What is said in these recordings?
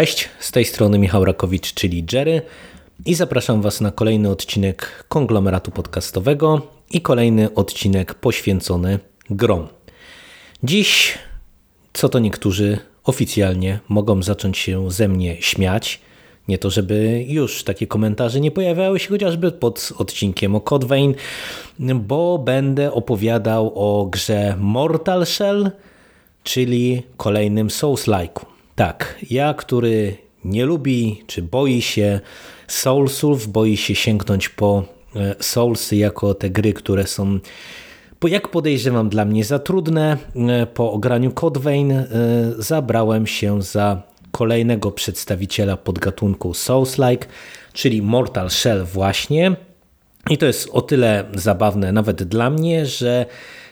Cześć, z tej strony Michał Rakowicz, czyli Jerry i zapraszam Was na kolejny odcinek konglomeratu podcastowego i kolejny odcinek poświęcony grom. Dziś, co to niektórzy oficjalnie mogą zacząć się ze mnie śmiać, nie to żeby już takie komentarze nie pojawiały się chociażby pod odcinkiem o Code Vein, bo będę opowiadał o grze Mortal Shell, czyli kolejnym Souls-like'u. Tak, ja, który nie lubi czy boi się Soulsów, boi się sięgnąć po Soulsy jako te gry, które są, jak podejrzewam, dla mnie za trudne, po ograniu Code Vein zabrałem się za kolejnego przedstawiciela podgatunku Souls-like, czyli Mortal Shell właśnie. I to jest o tyle zabawne nawet dla mnie, że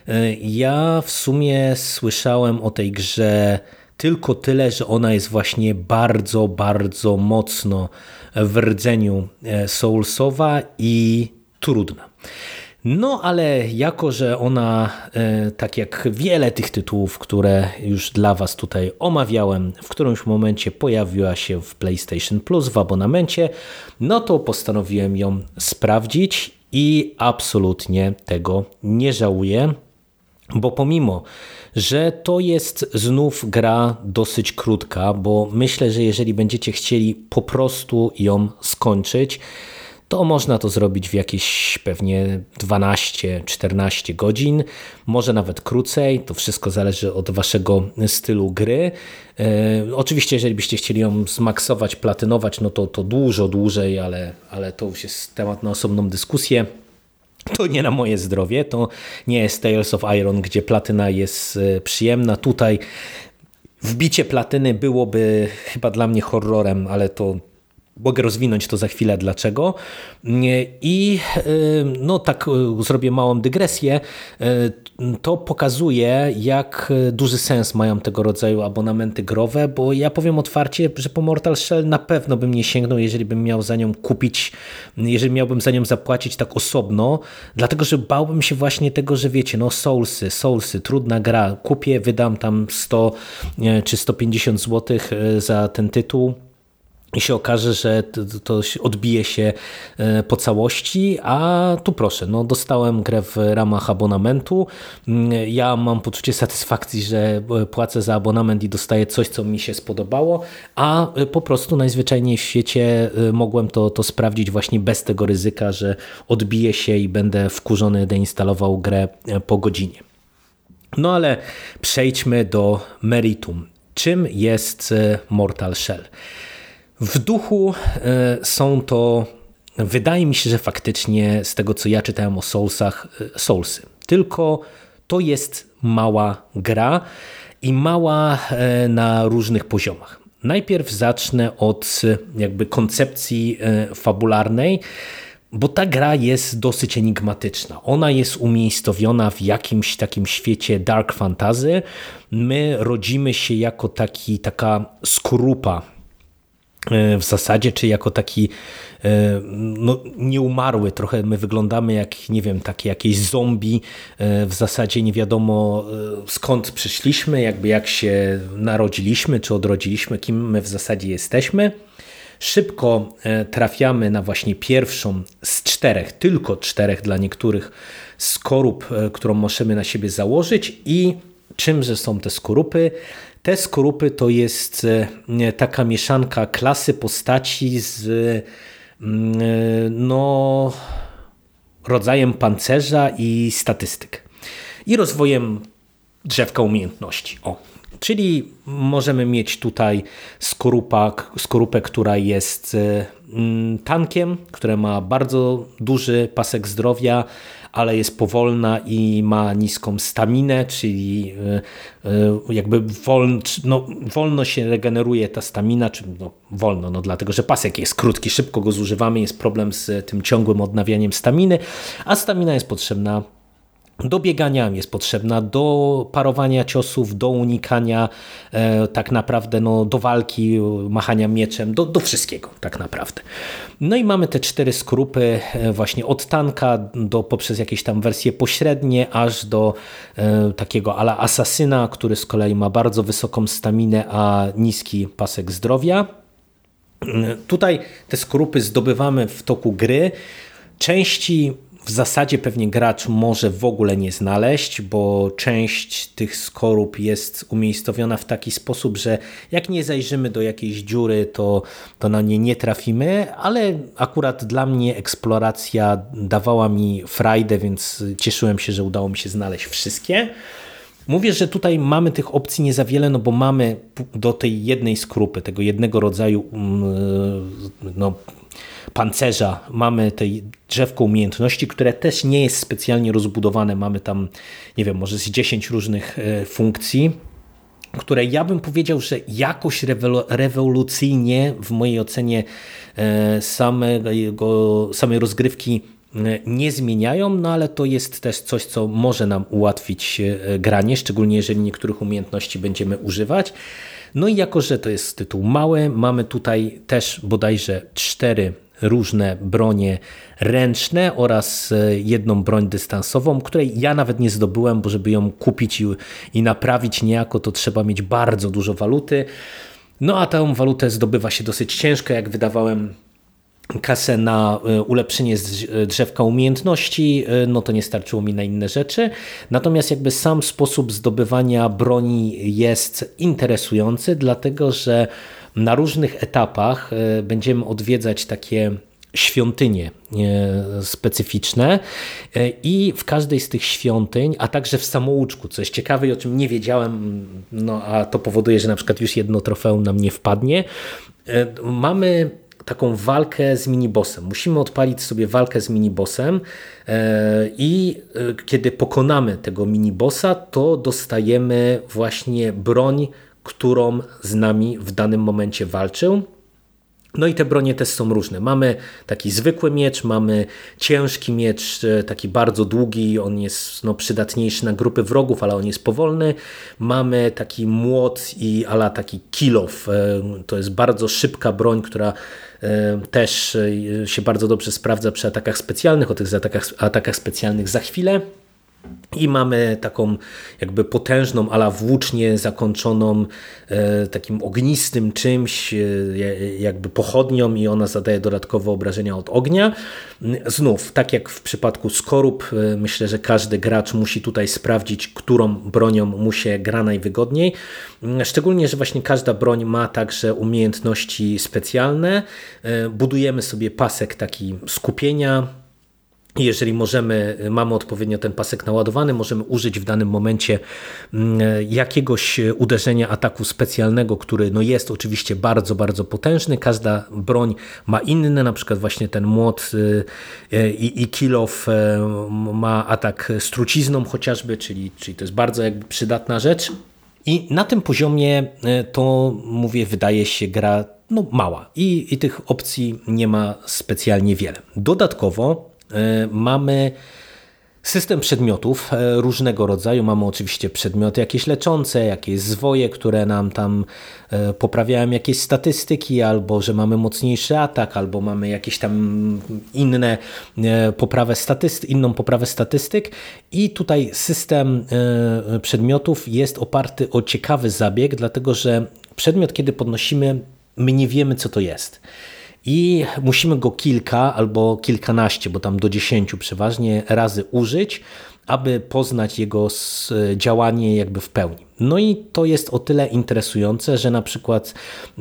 ja w sumie słyszałem o tej grze tylko tyle, że ona jest właśnie bardzo, bardzo mocno w rdzeniu Soulsowa i trudna. No ale jako, że ona, tak jak wiele tych tytułów, które już dla Was tutaj omawiałem, w którymś momencie pojawiła się w PlayStation Plus w abonamencie, no to postanowiłem ją sprawdzić i absolutnie tego nie żałuję, bo pomimo, że to jest znów gra dosyć krótka, bo myślę, że jeżeli będziecie chcieli po prostu ją skończyć, to można to zrobić w jakieś pewnie 12-14 godzin, może nawet krócej, to wszystko zależy od waszego stylu gry. Oczywiście, jeżeli byście chcieli ją zmaksować, platynować, no to dużo dłużej, ale to już jest temat na osobną dyskusję. To nie na moje zdrowie, to nie jest Tales of Iron, gdzie platyna jest przyjemna. Tutaj wbicie platyny byłoby chyba dla mnie horrorem, ale to mogę rozwinąć to za chwilę dlaczego. I no tak zrobię małą dygresję. To pokazuje, jak duży sens mają tego rodzaju abonamenty growe, bo ja powiem otwarcie, że po Mortal Shell na pewno bym nie sięgnął, jeżeli bym miał za nią kupić, jeżeli miałbym za nią zapłacić tak osobno, dlatego, że bałbym się właśnie tego, że wiecie, no Soulsy, trudna gra, kupię, wydam tam 100 czy 150 zł za ten tytuł, i się okaże, że to odbije się po całości, a tu proszę, no dostałem grę w ramach abonamentu. Ja mam poczucie satysfakcji, że płacę za abonament i dostaję coś, co mi się spodobało, a po prostu najzwyczajniej w świecie mogłem to sprawdzić właśnie bez tego ryzyka, że odbije się i będę wkurzony, deinstalował grę po godzinie. No ale przejdźmy do meritum. Czym jest Mortal Shell? W duchu są to, wydaje mi się, że faktycznie z tego, co ja czytałem o Soulsach, Soulsy. Tylko to jest mała gra i mała na różnych poziomach. Najpierw zacznę od jakby koncepcji fabularnej, bo ta gra jest dosyć enigmatyczna. Ona jest umiejscowiona w jakimś takim świecie dark fantasy. My rodzimy się jako taka skorupa w zasadzie, czy jako taki no, nieumarły, trochę my wyglądamy jak, nie wiem, takie jakieś zombie, w zasadzie nie wiadomo skąd przyszliśmy, jakby jak się narodziliśmy, czy odrodziliśmy, kim my w zasadzie jesteśmy. Szybko trafiamy na właśnie pierwszą z 4, tylko 4 dla niektórych skorup, którą możemy na siebie założyć. I czymże są te skorupy? Te skorupy to jest taka mieszanka klasy postaci z no, rodzajem pancerza i statystyk. I rozwojem drzewka umiejętności. Czyli możemy mieć tutaj skorupę, która jest tankiem, która ma bardzo duży pasek zdrowia, ale jest powolna i ma niską staminę, czyli jakby wolno się regeneruje ta stamina, czy wolno, dlatego że pasek jest krótki, szybko go zużywamy, jest problem z tym ciągłym odnawianiem staminy, a stamina jest potrzebna do biegania, jest potrzebna do parowania ciosów, do unikania tak naprawdę, do walki, machania mieczem, do wszystkiego tak naprawdę. No i mamy te 4 skorupy właśnie od tanka poprzez jakieś tam wersje pośrednie, aż do takiego ala asasyna, który z kolei ma bardzo wysoką staminę, a niski pasek zdrowia. Tutaj te skorupy zdobywamy w toku gry. Części w zasadzie pewnie gracz może w ogóle nie znaleźć, bo część tych skorup jest umiejscowiona w taki sposób, że jak nie zajrzymy do jakiejś dziury, to na nie nie trafimy, ale akurat dla mnie eksploracja dawała mi frajdę, więc cieszyłem się, że udało mi się znaleźć wszystkie. Mówię, że tutaj mamy tych opcji nie za wiele, no bo mamy do tej jednej skorupy, tego jednego rodzaju pancerza, mamy tej drzewko umiejętności, które też nie jest specjalnie rozbudowane. Mamy tam, nie wiem, może z 10 różnych funkcji, które ja bym powiedział, że jakoś rewolucyjnie w mojej ocenie samej rozgrywki nie zmieniają, no ale to jest też coś, co może nam ułatwić granie, szczególnie jeżeli niektórych umiejętności będziemy używać. No i jako, że to jest tytuł mały, mamy tutaj też bodajże 4 różne bronie ręczne oraz jedną broń dystansową, której ja nawet nie zdobyłem, bo żeby ją kupić i naprawić niejako, to trzeba mieć bardzo dużo waluty. No a tę walutę zdobywa się dosyć ciężko, jak wydawałem kasę na ulepszenie drzewka umiejętności, no to nie starczyło mi na inne rzeczy. Natomiast jakby sam sposób zdobywania broni jest interesujący, dlatego że na różnych etapach będziemy odwiedzać takie świątynie specyficzne i w każdej z tych świątyń, a także w samouczku, co jest ciekawe i o czym nie wiedziałem, no a to powoduje, że na przykład już jedno trofeum nam nie wpadnie, mamy taką walkę z minibossem. Musimy odpalić sobie walkę z minibossem i kiedy pokonamy tego minibossa, to dostajemy właśnie broń, którą z nami w danym momencie walczył. No i te bronie też są różne. Mamy taki zwykły miecz, mamy ciężki miecz, taki bardzo długi, on jest przydatniejszy na grupy wrogów, ale on jest powolny. Mamy taki młot i ala taki kilof. To jest bardzo szybka broń, która też się bardzo dobrze sprawdza przy atakach specjalnych. O tych atakach specjalnych za chwilę. I mamy taką jakby potężną, ala włócznię zakończoną takim ognistym czymś, jakby pochodnią i ona zadaje dodatkowe obrażenia od ognia. Znów, tak jak w przypadku skorup, myślę, że każdy gracz musi tutaj sprawdzić, którą bronią mu się gra najwygodniej. Szczególnie, że właśnie każda broń ma także umiejętności specjalne. Budujemy sobie pasek taki skupienia. Jeżeli mamy odpowiednio ten pasek naładowany, możemy użyć w danym momencie jakiegoś uderzenia ataku specjalnego, który jest oczywiście bardzo, bardzo potężny. Każda broń ma inny, na przykład właśnie ten młot i kilof ma atak z trucizną chociażby, czyli to jest bardzo jakby przydatna rzecz. I na tym poziomie to, mówię, wydaje się gra mała i tych opcji nie ma specjalnie wiele. Dodatkowo mamy system przedmiotów różnego rodzaju. Mamy oczywiście przedmioty jakieś leczące, jakieś zwoje, które nam tam poprawiają jakieś statystyki, albo że mamy mocniejszy atak, albo mamy jakieś tam inną poprawę statystyk. I tutaj system przedmiotów jest oparty o ciekawy zabieg, dlatego że przedmiot, kiedy podnosimy, my nie wiemy, co to jest. I musimy go kilka albo kilkanaście, bo tam do 10 przeważnie razy użyć, aby poznać jego działanie jakby w pełni. No i to jest o tyle interesujące, że na przykład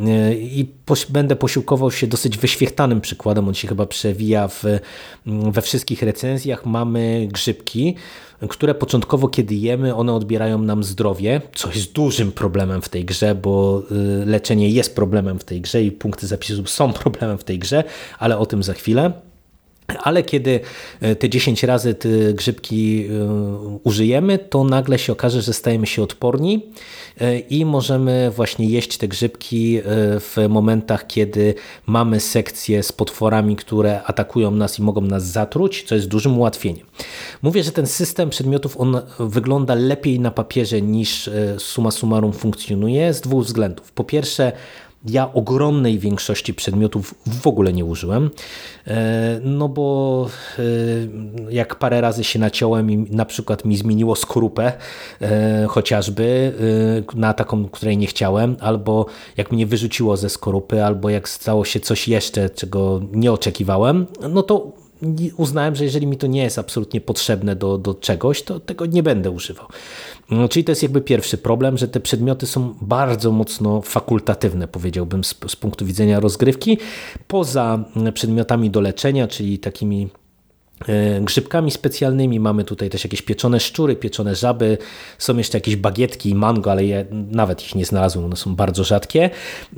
będę posiłkował się dosyć wyświechtanym przykładem, on się chyba przewija we wszystkich recenzjach. Mamy grzybki, które początkowo kiedy jemy, one odbierają nam zdrowie, co jest dużym problemem w tej grze, bo leczenie jest problemem w tej grze i punkty zapisu są problemem w tej grze, ale o tym za chwilę. Ale kiedy te 10 razy te grzybki użyjemy, to nagle się okaże, że stajemy się odporni i możemy właśnie jeść te grzybki w momentach, kiedy mamy sekcję z potworami, które atakują nas i mogą nas zatruć, co jest dużym ułatwieniem. Mówię, że ten system przedmiotów on wygląda lepiej na papierze niż summa summarum funkcjonuje z dwóch względów. Po pierwsze, ja ogromnej większości przedmiotów w ogóle nie użyłem, no bo jak parę razy się naciąłem i na przykład mi zmieniło skorupę chociażby na taką, której nie chciałem, albo jak mnie wyrzuciło ze skorupy, albo jak stało się coś jeszcze, czego nie oczekiwałem, no to uznałem, że jeżeli mi to nie jest absolutnie potrzebne do czegoś, to tego nie będę używał. No, czyli to jest jakby pierwszy problem, że te przedmioty są bardzo mocno fakultatywne, powiedziałbym, z punktu widzenia rozgrywki. Poza przedmiotami do leczenia, czyli takimi grzybkami specjalnymi, mamy tutaj też jakieś pieczone szczury, pieczone żaby, są jeszcze jakieś bagietki i mango, ale ja nawet ich nie znalazłem, one są bardzo rzadkie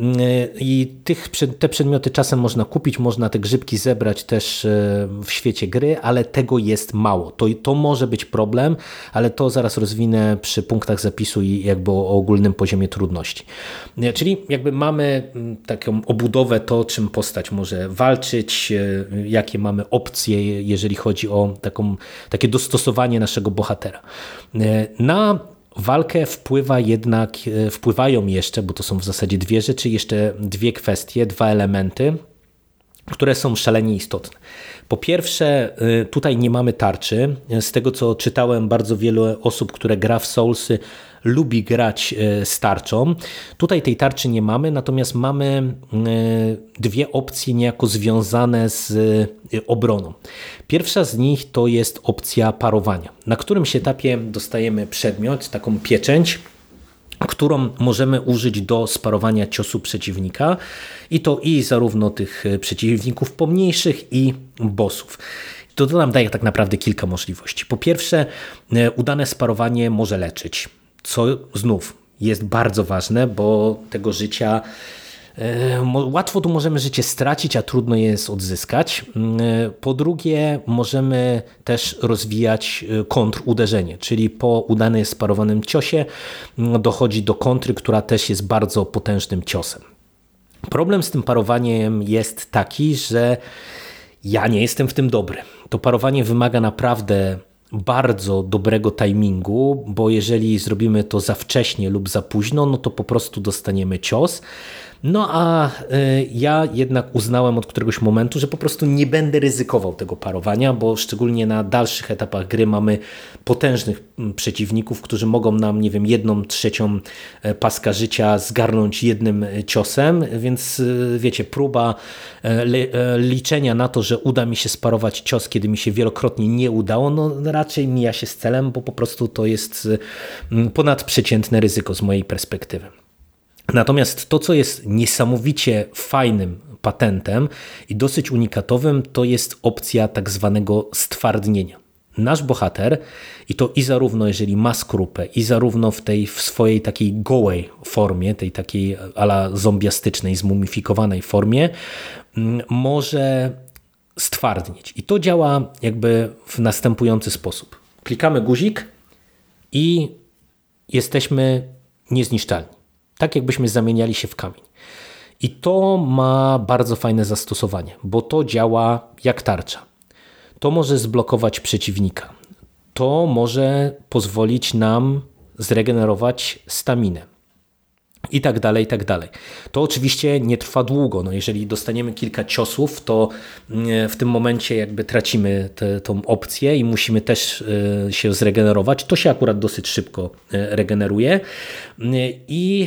i te przedmioty czasem można kupić, można te grzybki zebrać też w świecie gry, ale tego jest mało. To może być problem, ale to zaraz rozwinę przy punktach zapisu i jakby o ogólnym poziomie trudności. Czyli jakby mamy taką obudowę, to czym postać może walczyć, jakie mamy opcje, jeżeli chodzi o takie dostosowanie naszego bohatera. Na walkę wpływają jeszcze, bo to są w zasadzie dwie rzeczy, jeszcze dwie kwestie, dwa elementy, które są szalenie istotne. Po pierwsze, tutaj nie mamy tarczy. Z tego, co czytałem, bardzo wiele osób, które gra w Soulsy, lubi grać z tarczą. Tutaj tej tarczy nie mamy, natomiast mamy dwie opcje niejako związane z obroną. Pierwsza z nich to jest opcja parowania. Na którymś etapie dostajemy przedmiot, taką pieczęć, którą możemy użyć do sparowania ciosu przeciwnika i to i zarówno tych przeciwników pomniejszych i bossów. To nam daje tak naprawdę kilka możliwości. Po pierwsze, udane sparowanie może leczyć, co znów jest bardzo ważne, bo tego życia łatwo tu możemy życie stracić, a trudno je jest odzyskać. Po drugie, możemy też rozwijać kontruderzenie, czyli po udanym sparowanym ciosie dochodzi do kontry, która też jest bardzo potężnym ciosem. Problem z tym parowaniem jest taki, że ja nie jestem w tym dobry. To parowanie wymaga naprawdę bardzo dobrego timingu, bo jeżeli zrobimy to za wcześnie lub za późno, no to po prostu dostaniemy cios. No a ja jednak uznałem od któregoś momentu, że po prostu nie będę ryzykował tego parowania, bo szczególnie na dalszych etapach gry mamy potężnych przeciwników, którzy mogą nam, nie wiem, 1/3 paska życia zgarnąć jednym ciosem, więc wiecie, próba liczenia na to, że uda mi się sparować cios, kiedy mi się wielokrotnie nie udało, no raczej mija się z celem, bo po prostu to jest ponadprzeciętne ryzyko z mojej perspektywy. Natomiast to, co jest niesamowicie fajnym patentem i dosyć unikatowym, to jest opcja tak zwanego stwardnienia. Nasz bohater, i to i zarówno jeżeli ma skorupę, i zarówno w swojej takiej gołej formie, tej takiej ala zombiastycznej, zmumifikowanej formie, może stwardnieć. I to działa jakby w następujący sposób. Klikamy guzik i jesteśmy niezniszczalni. Tak jakbyśmy zamieniali się w kamień. I to ma bardzo fajne zastosowanie, bo to działa jak tarcza. To może zblokować przeciwnika. To może pozwolić nam zregenerować staminę. I tak dalej, i tak dalej. To oczywiście nie trwa długo. No jeżeli dostaniemy kilka ciosów, to w tym momencie jakby tracimy tą opcję i musimy też się zregenerować. To się akurat dosyć szybko regeneruje i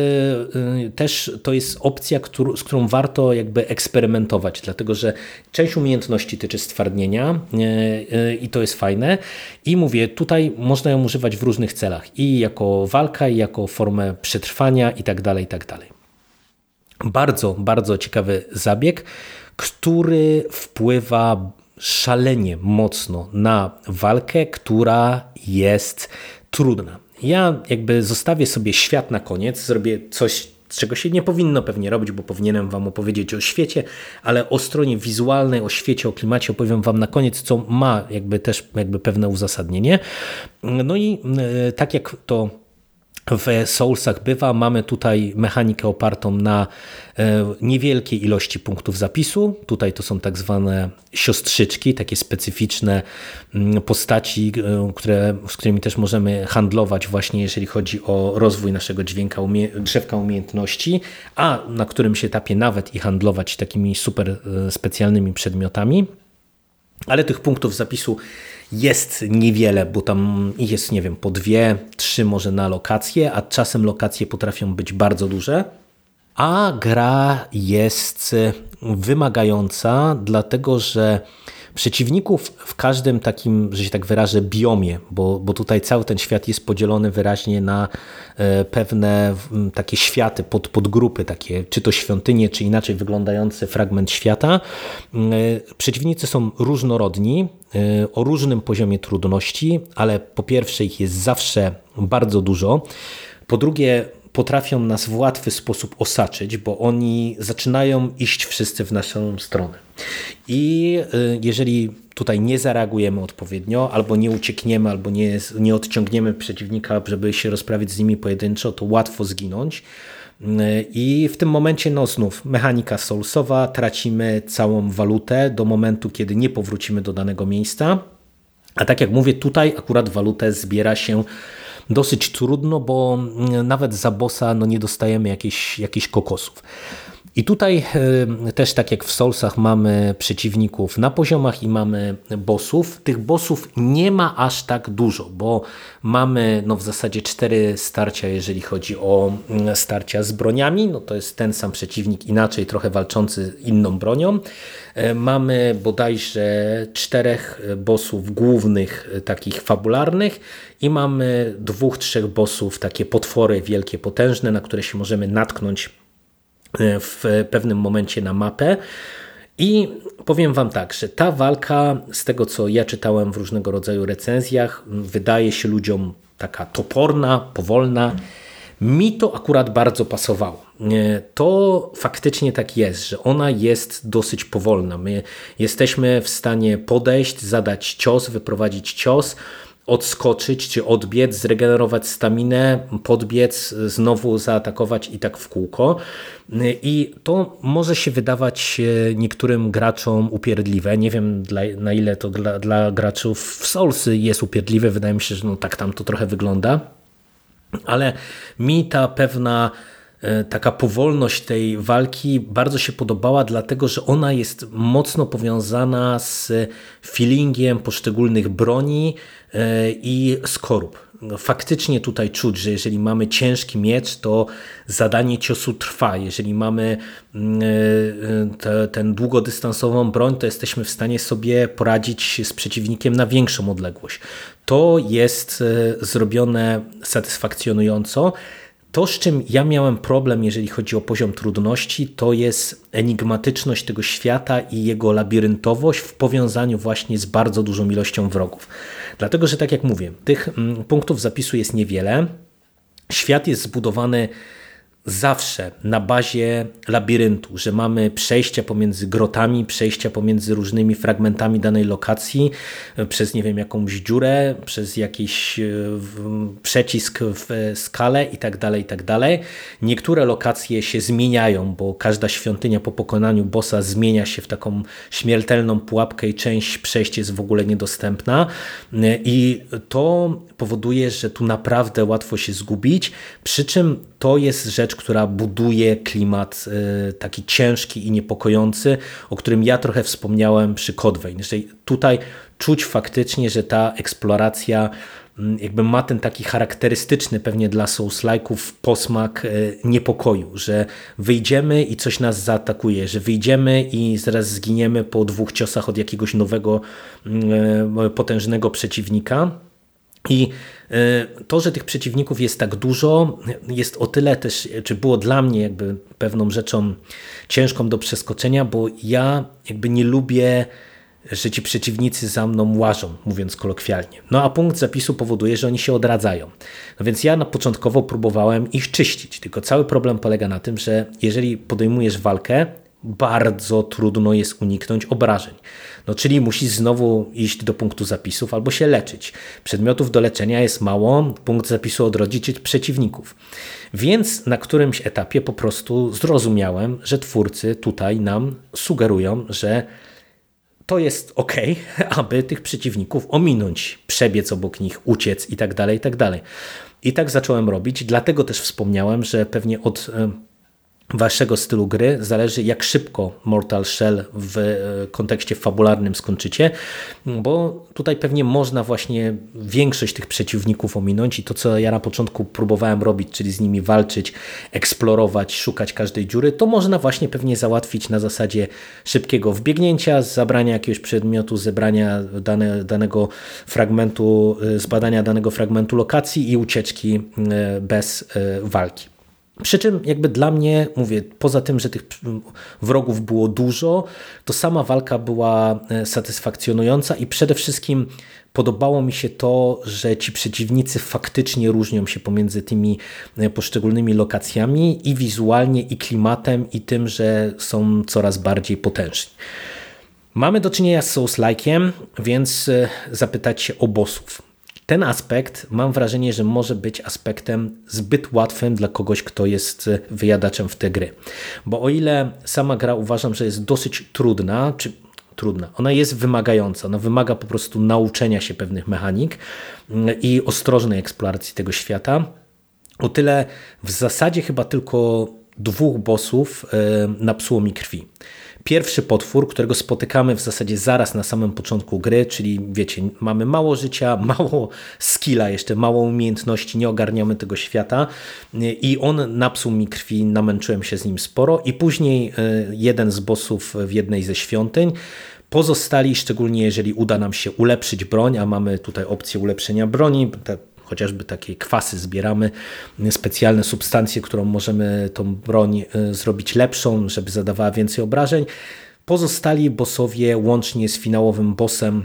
też to jest opcja, z którą warto jakby eksperymentować, dlatego że część umiejętności tyczy stwardnienia i to jest fajne. I mówię, tutaj można ją używać w różnych celach i jako walka, i jako formę przetrwania i tak dalej, i tak dalej. Bardzo, bardzo ciekawy zabieg, który wpływa szalenie mocno na walkę, która jest trudna. Ja jakby zostawię sobie świat na koniec, zrobię coś, czego się nie powinno pewnie robić, bo powinienem wam opowiedzieć o świecie, ale o stronie wizualnej, o świecie, o klimacie opowiem wam na koniec, co ma jakby też jakby pewne uzasadnienie. No i tak jak to w Soulsach bywa. Mamy tutaj mechanikę opartą na niewielkiej ilości punktów zapisu. Tutaj to są tak zwane siostrzyczki, takie specyficzne postaci, z którymi też możemy handlować właśnie jeżeli chodzi o rozwój naszego drzewka umiejętności, a na którymś etapie nawet i handlować takimi super specjalnymi przedmiotami. Ale tych punktów zapisu jest niewiele, bo tam jest, nie wiem, po 2, 3 może na lokacje, a czasem lokacje potrafią być bardzo duże. A gra jest wymagająca, dlatego że przeciwników w każdym takim, że się tak wyrażę, biomie, bo tutaj cały ten świat jest podzielony wyraźnie na pewne takie światy, podgrupy takie, czy to świątynie, czy inaczej wyglądający fragment świata. Przeciwnicy są różnorodni, o różnym poziomie trudności, ale po pierwsze ich jest zawsze bardzo dużo, po drugie potrafią nas w łatwy sposób osaczyć, bo oni zaczynają iść wszyscy w naszą stronę. I jeżeli tutaj nie zareagujemy odpowiednio, albo nie uciekniemy, albo nie odciągniemy przeciwnika, żeby się rozprawić z nimi pojedynczo, to łatwo zginąć. I w tym momencie znów mechanika soulsowa, tracimy całą walutę do momentu, kiedy nie powrócimy do danego miejsca. A tak jak mówię, tutaj akurat walutę zbiera się dosyć trudno, bo nawet za bossa nie dostajemy jakichś kokosów. I tutaj też tak jak w Soulsach mamy przeciwników na poziomach i mamy bossów. Tych bossów nie ma aż tak dużo, bo mamy w zasadzie 4 starcia, jeżeli chodzi o starcia z broniami. To jest ten sam przeciwnik, inaczej trochę walczący inną bronią. Mamy bodajże 4 bossów głównych, takich fabularnych i mamy 2-3 bossów, takie potwory wielkie, potężne, na które się możemy natknąć w pewnym momencie na mapę. I powiem wam tak, że ta walka, z tego co ja czytałem w różnego rodzaju recenzjach, wydaje się ludziom taka toporna, powolna. Mi to akurat bardzo pasowało. To faktycznie tak jest, że ona jest dosyć powolna. My jesteśmy w stanie podejść, zadać cios, wyprowadzić cios, odskoczyć czy odbiec, zregenerować staminę, podbiec, znowu zaatakować i tak w kółko. I to może się wydawać niektórym graczom upierdliwe. Nie wiem na ile to dla graczów w Soulsy jest upierdliwe. Wydaje mi się, że tak tam to trochę wygląda. Ale mi ta pewna taka powolność tej walki bardzo się podobała, dlatego że ona jest mocno powiązana z feelingiem poszczególnych broni i skorup. Faktycznie tutaj czuć, że jeżeli mamy ciężki miecz, to zadanie ciosu trwa. Jeżeli mamy tę długodystansową broń, to jesteśmy w stanie sobie poradzić z przeciwnikiem na większą odległość. To jest zrobione satysfakcjonująco. To, z czym ja miałem problem, jeżeli chodzi o poziom trudności, to jest enigmatyczność tego świata i jego labiryntowość w powiązaniu właśnie z bardzo dużą ilością wrogów. Dlatego, że tak jak mówię, tych punktów zapisu jest niewiele. Świat jest zbudowany zawsze na bazie labiryntu, że mamy przejścia pomiędzy grotami, przejścia pomiędzy różnymi fragmentami danej lokacji, przez nie wiem jakąś dziurę, przez jakiś przecisk w skale i tak dalej, i tak dalej. Niektóre lokacje się zmieniają, bo każda świątynia po pokonaniu bossa zmienia się w taką śmiertelną pułapkę i część przejść jest w ogóle niedostępna i to powoduje, że tu naprawdę łatwo się zgubić, przy czym to jest rzecz, która buduje klimat taki ciężki i niepokojący, o którym ja trochę wspomniałem przy Code Vein. Tutaj czuć faktycznie, że ta eksploracja jakby ma ten taki charakterystyczny pewnie dla Souls-like'ów posmak niepokoju, że wyjdziemy i coś nas zaatakuje, że wyjdziemy i zaraz zginiemy po 2 ciosach od jakiegoś nowego, potężnego przeciwnika. I to, że tych przeciwników jest tak dużo, jest o tyle też, czy było dla mnie jakby pewną rzeczą ciężką do przeskoczenia, bo ja jakby nie lubię, że ci przeciwnicy za mną łażą, mówiąc kolokwialnie. A punkt zapisu powoduje, że oni się odradzają. Więc ja początkowo próbowałem ich czyścić, tylko cały problem polega na tym, że jeżeli podejmujesz walkę, bardzo trudno jest uniknąć obrażeń. No, czyli musisz znowu iść do punktu zapisów albo się leczyć. Przedmiotów do leczenia jest mało, punkt zapisu odrodzić przeciwników. Więc na którymś etapie po prostu zrozumiałem, że twórcy tutaj nam sugerują, że to jest ok, aby tych przeciwników ominąć, przebiec obok nich, uciec i tak dalej, i tak dalej. I tak zacząłem robić, dlatego też wspomniałem, że pewnie od waszego stylu gry zależy, jak szybko Mortal Shell w kontekście fabularnym skończycie, bo tutaj pewnie można właśnie większość tych przeciwników ominąć i to, co ja na początku próbowałem robić, czyli z nimi walczyć, eksplorować, szukać każdej dziury, to można właśnie pewnie załatwić na zasadzie szybkiego wbiegnięcia, zabrania jakiegoś przedmiotu, zebrania danego fragmentu, zbadania danego fragmentu lokacji i ucieczki bez walki. Przy czym jakby dla mnie, mówię, poza tym, że tych wrogów było dużo, to sama walka była satysfakcjonująca i przede wszystkim podobało mi się to, że ci przeciwnicy faktycznie różnią się pomiędzy tymi poszczególnymi lokacjami i wizualnie, i klimatem, i tym, że są coraz bardziej potężni. Mamy do czynienia z Souls-like'iem, więc zapytać się o bossów. Ten aspekt mam wrażenie, że może być aspektem zbyt łatwym dla kogoś, kto jest wyjadaczem w te gry. Bo o ile sama gra uważam, że jest dosyć trudna, ona jest wymagająca, ona wymaga po prostu nauczenia się pewnych mechanik i ostrożnej eksploracji tego świata, o tyle w zasadzie chyba tylko 2 bossów napsuło mi krwi. Pierwszy potwór, którego spotykamy w zasadzie zaraz na samym początku gry, czyli wiecie, mamy mało życia, mało skilla jeszcze, mało umiejętności, nie ogarniamy tego świata i on napsuł mi krwi, namęczyłem się z nim sporo i później jeden z bossów w jednej ze świątyń. Pozostali, szczególnie jeżeli uda nam się ulepszyć broń, a mamy tutaj opcję ulepszenia broni, chociażby takie kwasy zbieramy, specjalne substancje, którą możemy tą broń zrobić lepszą, żeby zadawała więcej obrażeń. Pozostali bossowie, łącznie z finałowym bossem,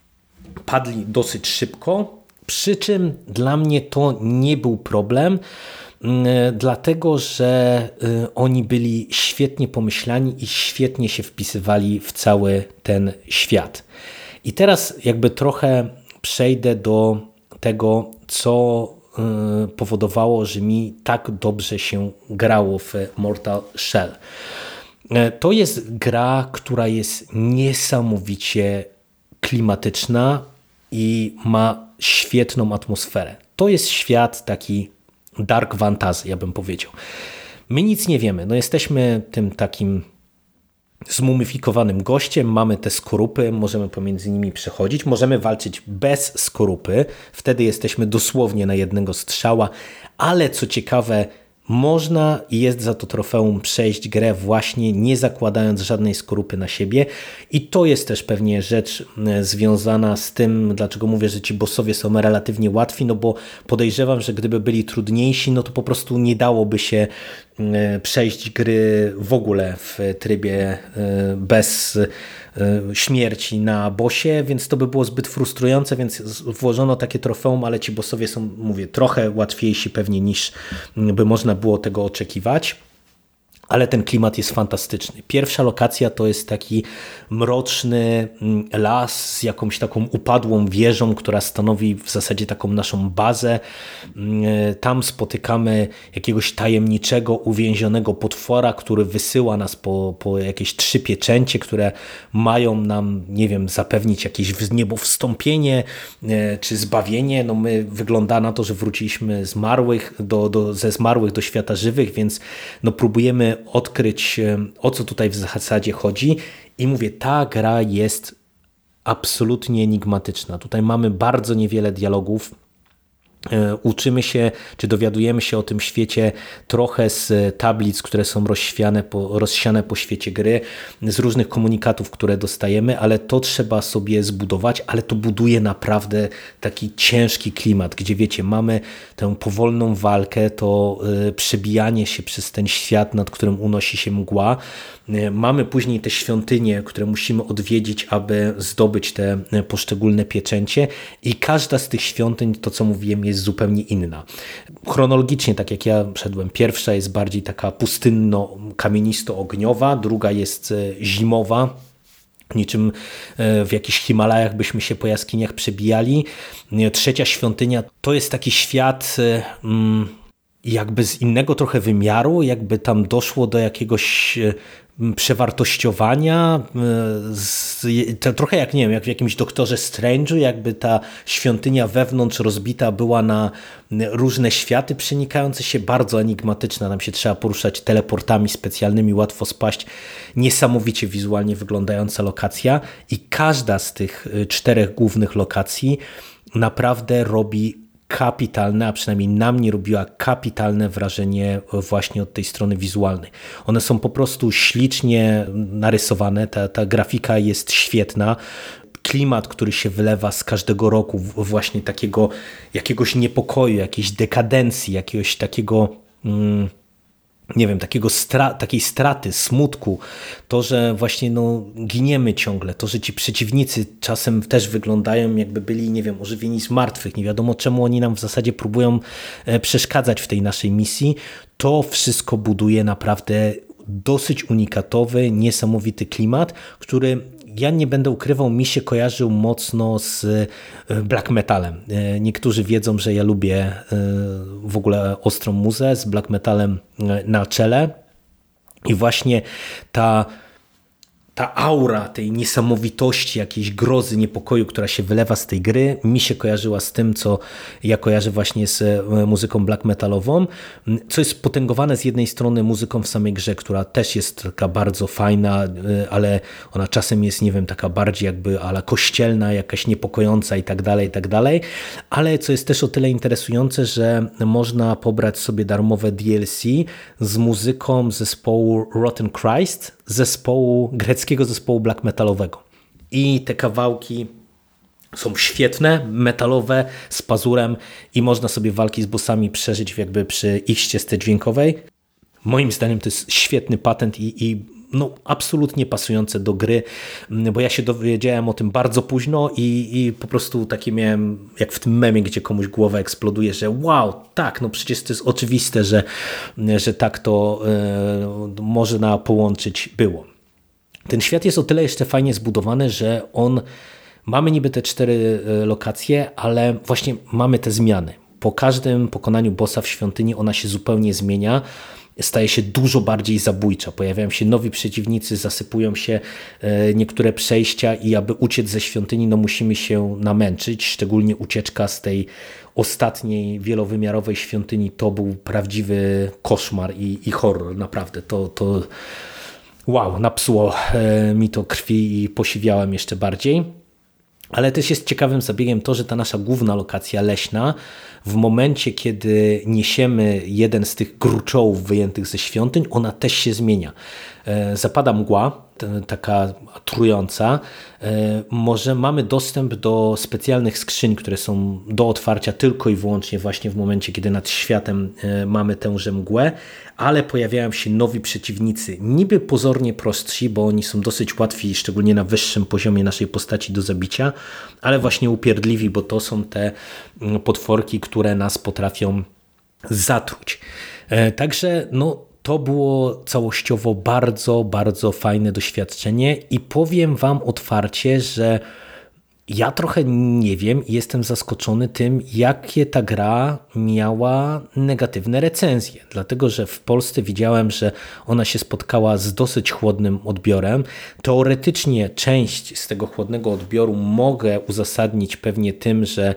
padli dosyć szybko, przy czym dla mnie to nie był problem, dlatego że oni byli świetnie pomyślani i świetnie się wpisywali w cały ten świat. I teraz jakby trochę przejdę do tego, co powodowało, że mi tak dobrze się grało w Mortal Shell. To jest gra, która jest niesamowicie klimatyczna i ma świetną atmosferę. To jest świat taki dark fantasy, ja bym powiedział. My nic nie wiemy. No jesteśmy tym takim zmumifikowanym gościem, mamy te skorupy, możemy pomiędzy nimi przechodzić, możemy walczyć bez skorupy, wtedy jesteśmy dosłownie na jednego strzała, ale co ciekawe, można i jest za to trofeum przejść grę właśnie nie zakładając żadnej skorupy na siebie i to jest też pewnie rzecz związana z tym, dlaczego mówię, że ci bossowie są relatywnie łatwi, no bo podejrzewam, że gdyby byli trudniejsi, no to po prostu nie dałoby się przejść gry w ogóle w trybie bez śmierci na bossie, więc to by było zbyt frustrujące, więc włożono takie trofeum, ale ci bossowie są, mówię, trochę łatwiejsi pewnie niż by można było tego oczekiwać. Ale ten klimat jest fantastyczny. Pierwsza lokacja to jest taki mroczny las z jakąś taką upadłą wieżą, która stanowi w zasadzie taką naszą bazę. Tam spotykamy jakiegoś tajemniczego, uwięzionego potwora, który wysyła nas po jakieś 3 pieczęcie, które mają nam, nie wiem, zapewnić jakieś w niebo wstąpienie czy zbawienie. No my wygląda na to, że wróciliśmy ze zmarłych do świata żywych, więc no próbujemy odkryć, o co tutaj w zasadzie chodzi i mówię, ta gra jest absolutnie enigmatyczna. Tutaj mamy bardzo niewiele dialogów. Uczymy się, czy dowiadujemy się o tym świecie trochę z tablic, które są rozsiane po świecie gry, z różnych komunikatów, które dostajemy, ale to trzeba sobie zbudować, ale to buduje naprawdę taki ciężki klimat, gdzie wiecie, mamy tę powolną walkę, to przebijanie się przez ten świat, nad którym unosi się mgła Mamy później te świątynie, które musimy odwiedzić, aby zdobyć te poszczególne pieczęcie i każda z tych świątyń, to co mówiłem, jest zupełnie inna. Chronologicznie, tak jak ja szedłem, pierwsza jest bardziej taka pustynno-kamienisto-ogniowa, druga jest zimowa, niczym w jakichś Himalajach byśmy się po jaskiniach przebijali. Trzecia świątynia to jest taki świat jakby z innego trochę wymiaru, jakby tam doszło do jakiegoś przewartościowania, trochę jak, nie wiem, jak w jakimś Doktorze Strange'u, jakby ta świątynia wewnątrz rozbita była na różne światy przenikające się, bardzo enigmatyczna, tam się trzeba poruszać teleportami specjalnymi, łatwo spaść, niesamowicie wizualnie wyglądająca lokacja i każda z tych 4 głównych lokacji naprawdę robi kapitalne, a przynajmniej na mnie robiła kapitalne wrażenie właśnie od tej strony wizualnej. One są po prostu ślicznie narysowane, ta grafika jest świetna, klimat, który się wylewa z każdego roku, właśnie takiego jakiegoś niepokoju, jakiejś dekadencji, jakiegoś takiego nie wiem, takiej straty, smutku, to, że właśnie giniemy ciągle, to, że ci przeciwnicy czasem też wyglądają jakby byli, nie wiem, ożywieni z martwych, nie wiadomo czemu oni nam w zasadzie próbują przeszkadzać w tej naszej misji, to wszystko buduje naprawdę dosyć unikatowy, niesamowity klimat, który, ja nie będę ukrywał, mi się kojarzył mocno z black metalem. Niektórzy wiedzą, że ja lubię w ogóle ostrą muzę, z black metalem na czele i właśnie ta aura tej niesamowitości, jakiejś grozy, niepokoju, która się wylewa z tej gry, mi się kojarzyła z tym, co ja kojarzę właśnie z muzyką black metalową, co jest potęgowane z jednej strony muzyką w samej grze, która też jest taka bardzo fajna, ale ona czasem jest, nie wiem, taka bardziej jakby ala kościelna, jakaś niepokojąca i tak dalej, ale co jest też o tyle interesujące, że można pobrać sobie darmowe DLC z muzyką zespołu Rotten Christ, greckiego zespołu black metalowego. I te kawałki są świetne, metalowe, z pazurem i można sobie walki z bossami przeżyć jakby przy ich ścieżce dźwiękowej. Moim zdaniem to jest świetny patent i absolutnie pasujące do gry, bo ja się dowiedziałem o tym bardzo późno i po prostu takie miałem, jak w tym memie, gdzie komuś głowa eksploduje, że wow, tak, przecież to jest oczywiste, że tak to można połączyć było. Ten świat jest o tyle jeszcze fajnie zbudowany, że mamy niby te 4 lokacje, ale właśnie mamy te zmiany. Po każdym pokonaniu bossa w świątyni ona się zupełnie zmienia, staje się dużo bardziej zabójcza. Pojawiają się nowi przeciwnicy, zasypują się niektóre przejścia i aby uciec ze świątyni, musimy się namęczyć. Szczególnie ucieczka z tej ostatniej wielowymiarowej świątyni to był prawdziwy koszmar i horror. Naprawdę to wow, napsuło mi to krwi i posiwiałem jeszcze bardziej. Ale też jest ciekawym zabiegiem to, że ta nasza główna lokacja leśna, w momencie kiedy niesiemy jeden z tych gruczołów wyjętych ze świątyń, ona też się zmienia. Zapada mgła, taka trująca. Mamy dostęp do specjalnych skrzyń, które są do otwarcia tylko i wyłącznie właśnie w momencie, kiedy nad światem mamy tęże mgłę, ale pojawiają się nowi przeciwnicy, niby pozornie prostsi, bo oni są dosyć łatwi, szczególnie na wyższym poziomie naszej postaci do zabicia, ale właśnie upierdliwi, bo to są te potworki, które nas potrafią zatruć. Także to było całościowo bardzo, bardzo fajne doświadczenie i powiem wam otwarcie, że ja trochę nie wiem i jestem zaskoczony tym, jakie ta gra miała negatywne recenzje. Dlatego, że w Polsce widziałem, że ona się spotkała z dosyć chłodnym odbiorem. Teoretycznie część z tego chłodnego odbioru mogę uzasadnić pewnie tym, że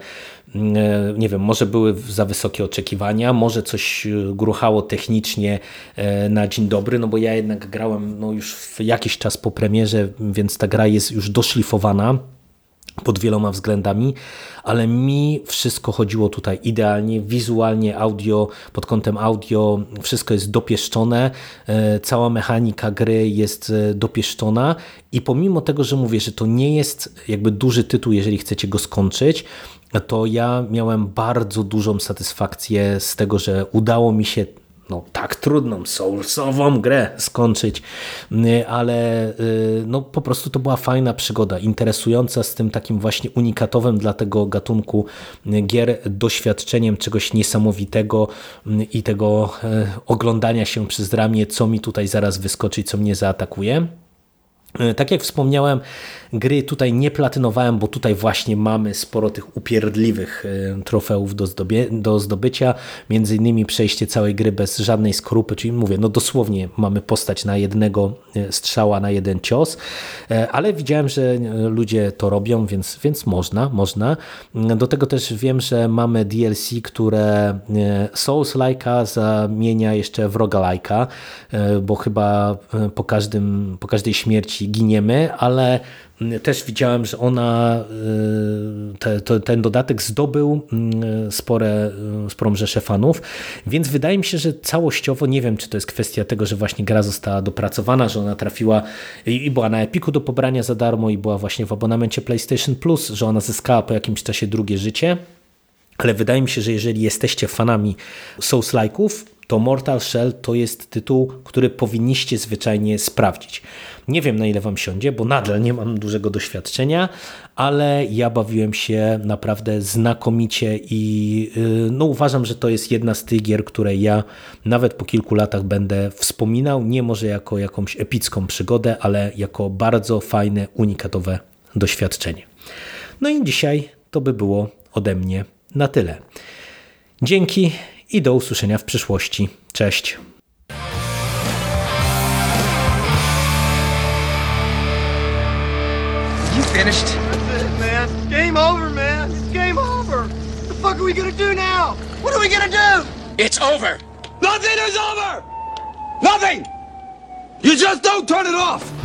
nie wiem, może były za wysokie oczekiwania, może coś gruchało technicznie na dzień dobry, bo ja jednak grałem już w jakiś czas po premierze, więc ta gra jest już doszlifowana pod wieloma względami, ale mi wszystko chodziło tutaj idealnie, wizualnie, audio, pod kątem audio, wszystko jest dopieszczone, cała mechanika gry jest dopieszczona i pomimo tego, że mówię, że to nie jest jakby duży tytuł, jeżeli chcecie go skończyć, to ja miałem bardzo dużą satysfakcję z tego, że udało mi się tak trudną, soulsową grę skończyć, ale no po prostu to była fajna przygoda, interesująca, z tym takim właśnie unikatowym dla tego gatunku gier doświadczeniem czegoś niesamowitego i tego oglądania się przez ramię, co mi tutaj zaraz wyskoczy, co mnie zaatakuje. Tak jak wspomniałem, gry tutaj nie platynowałem, bo tutaj właśnie mamy sporo tych upierdliwych trofeów do zdobycia, między innymi przejście całej gry bez żadnej skorupy, czyli mówię, no dosłownie mamy postać na jednego strzała, na jeden cios, ale widziałem, że ludzie to robią, więc można. Do tego też wiem, że mamy DLC, które Souls-like'a zamienia jeszcze w roguelike'a, bo chyba po każdej śmierci giniemy, ale też widziałem, że ten dodatek zdobył sporą rzeszę fanów, więc wydaje mi się, że całościowo, nie wiem, czy to jest kwestia tego, że właśnie gra została dopracowana, że ona trafiła i była na Epiku do pobrania za darmo i była właśnie w abonamencie PlayStation Plus, że ona zyskała po jakimś czasie drugie życie, ale wydaje mi się, że jeżeli jesteście fanami Souls-like'ów, to Mortal Shell to jest tytuł, który powinniście zwyczajnie sprawdzić. Nie wiem, na ile wam siądzie, bo nadal nie mam dużego doświadczenia, ale ja bawiłem się naprawdę znakomicie i uważam, że to jest jedna z tych gier, które ja nawet po kilku latach będę wspominał, nie może jako jakąś epicką przygodę, ale jako bardzo fajne, unikatowe doświadczenie. No i dzisiaj to by było ode mnie na tyle. Dzięki i do usłyszenia w przyszłości. Cześć. You finished? That's it, man. Game over, man. It's game over. What the fuck are we gonna do now? What are we gonna do? It's over. Nothing is over! Nothing! You just don't turn it off!